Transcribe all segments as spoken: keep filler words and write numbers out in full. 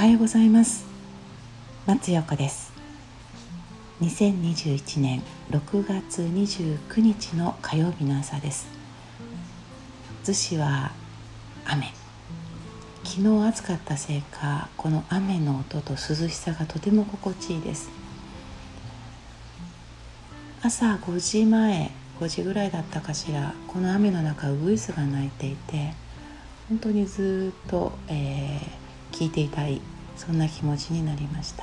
はようございます。松陽子です。にせんにじゅういちねんろくがつにじゅうくにちの火曜日の朝です。逗子は雨。昨日暑かったせいか、この雨の音と涼しさがとても心地いいです。朝ごじまえ、ごじぐらいだったかしら、この雨の中ウグイスが鳴いていて、本当にずっと、えー、聞いていたい、そんな気持ちになりました。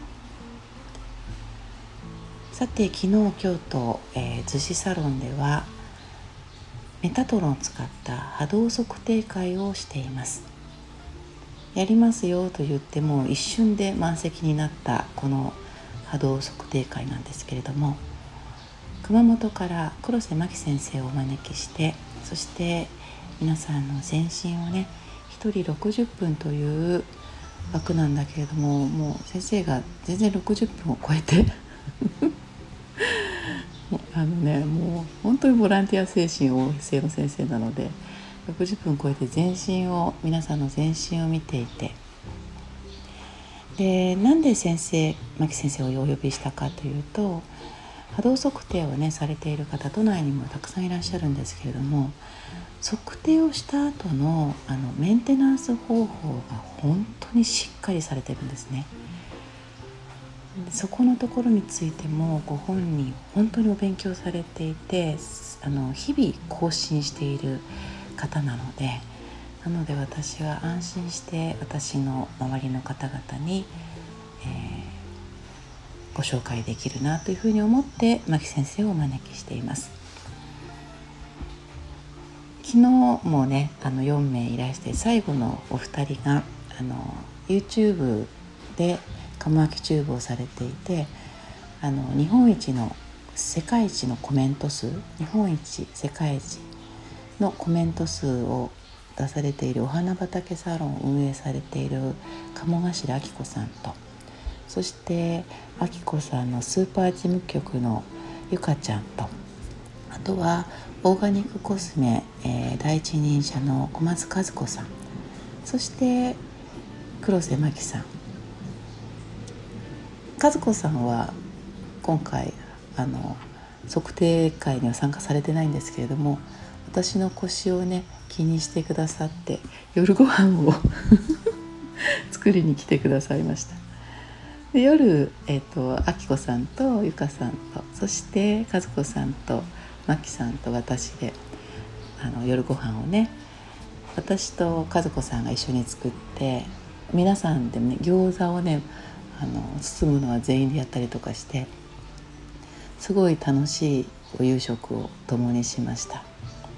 さて、昨日今日と、えー、逗子サロンではメタトロンを使った波動測定会をしています。やりますよと言っても一瞬で満席になったこの波動測定会なんですけれども、熊本から黒瀬真希先生をお招きして、そして皆さんの全身をね、ひとりろくじゅっぷんという枠なんだけれども、もう先生が全然ろくじゅっぷんを超えてあのね、もう本当にボランティア精神旺盛の先生なので、ろくじゅっぷん超えて全身を皆さんの全身を見ていて、でなんで先生真希先生をお呼びしたかというと、波動測定をねされている方、都内にもたくさんいらっしゃるんですけれども、測定をした後のあのメンテナンス方法が本当にしっかりされてるんですね。そこのところについてもご本人本当にお勉強されていて、あの日々更新している方なので、なので私は安心して私の周りの方々に、えー、ご紹介できるなというふうに思って真希先生をお招きしています。昨日もね、あのよんめいいらして、最後のお二人があの YouTube でカムアキチューブをされていて、あの日本一の世界一のコメント数日本一世界一のコメント数を出されているお花畑サロンを運営されている鴨頭明子さんと、そして明子さんのスーパー事務局のゆかちゃんと、あとはオーガニックコスメ、えー、第一人者の小松和子さん、そして黒瀬真希さん。和子さんは今回あの測定会には参加されてないんですけれども、私の腰をね気にしてくださって夜ご飯を作りに来てくださいました。で夜、えーと、あきこさんとゆかさんと、そして和子さんとまきさんと私であの夜ご飯をね、私と和子さんが一緒に作って、皆さんでもね餃子をねあの包むのは全員でやったりとかして、すごい楽しいお夕食を共にしました。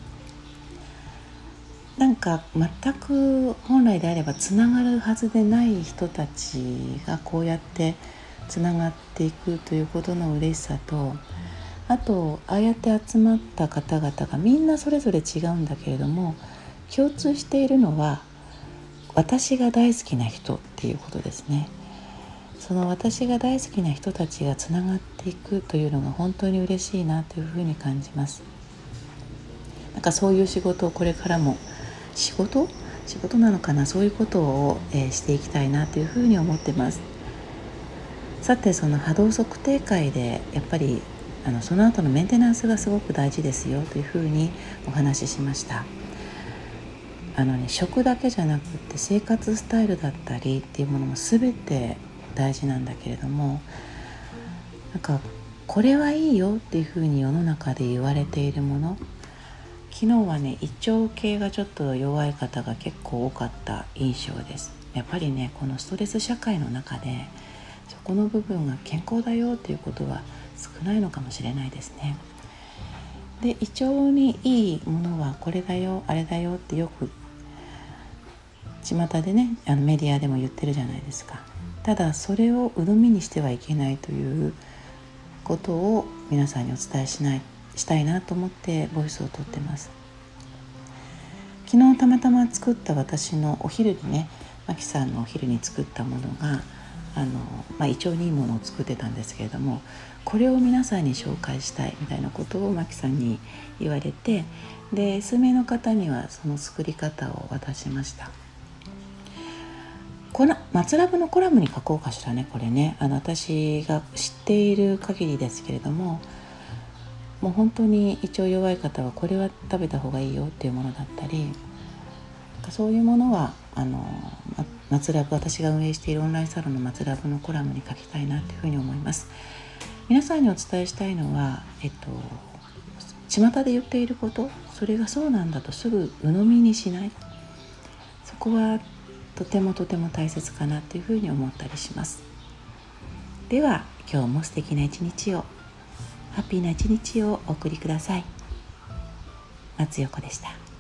なんか全く本来であればつながるはずでない人たちがこうやってつながっていくということの嬉しさと、あとああやって集まった方々がみんなそれぞれ違うんだけれども、共通しているのは私が大好きな人っていうことですね。その私が大好きな人たちがつながっていくというのが本当に嬉しいなというふうに感じます。なんかそういう仕事をこれからも仕事仕事なのかな、そういうことを、えー、していきたいなというふうに思ってます。さて、その波動測定会でやっぱりあのその後のメンテナンスがすごく大事ですよというふうにお話ししました。あのね、食だけじゃなくって生活スタイルだったりっていうものも全て大事なんだけれども、なんかこれはいいよっていうふうに世の中で言われているもの、昨日はね胃腸系がちょっと弱い方が結構多かった印象です。やっぱりね、このストレス社会の中でそこの部分が健康だよっていうことは少ないのかもしれないですね。で、胃腸にいいものはこれだよあれだよってよく巷でね、あのメディアでも言ってるじゃないですか。ただそれを鵜呑みにしてはいけないということを皆さんにお伝えしないしたいなと思ってボイスをとってます。昨日たまたま作った私のお昼にね、マキさんのお昼に作ったものがあの、まあ、胃腸にいいものを作ってたんですけれども、これを皆さんに紹介したいみたいなことをマキさんに言われて、で数名の方にはその作り方を渡しました。 この松ラブのコラムに書こうかしらね。これね、あの私が知っている限りですけれども、もう本当に胃腸弱い方はこれは食べた方がいいよっていうものだったり、そういうものはあの松ラブ、私が運営しているオンラインサロンの松ラブのコラムに書きたいなというふうに思います。皆さんにお伝えしたいのは、えっと巷で言っていること、それがそうなんだとすぐ鵜呑みにしない、そこはとてもとても大切かなというふうに思ったりします。では今日も素敵な一日を、ハッピーな一日をお送りください。松横でした。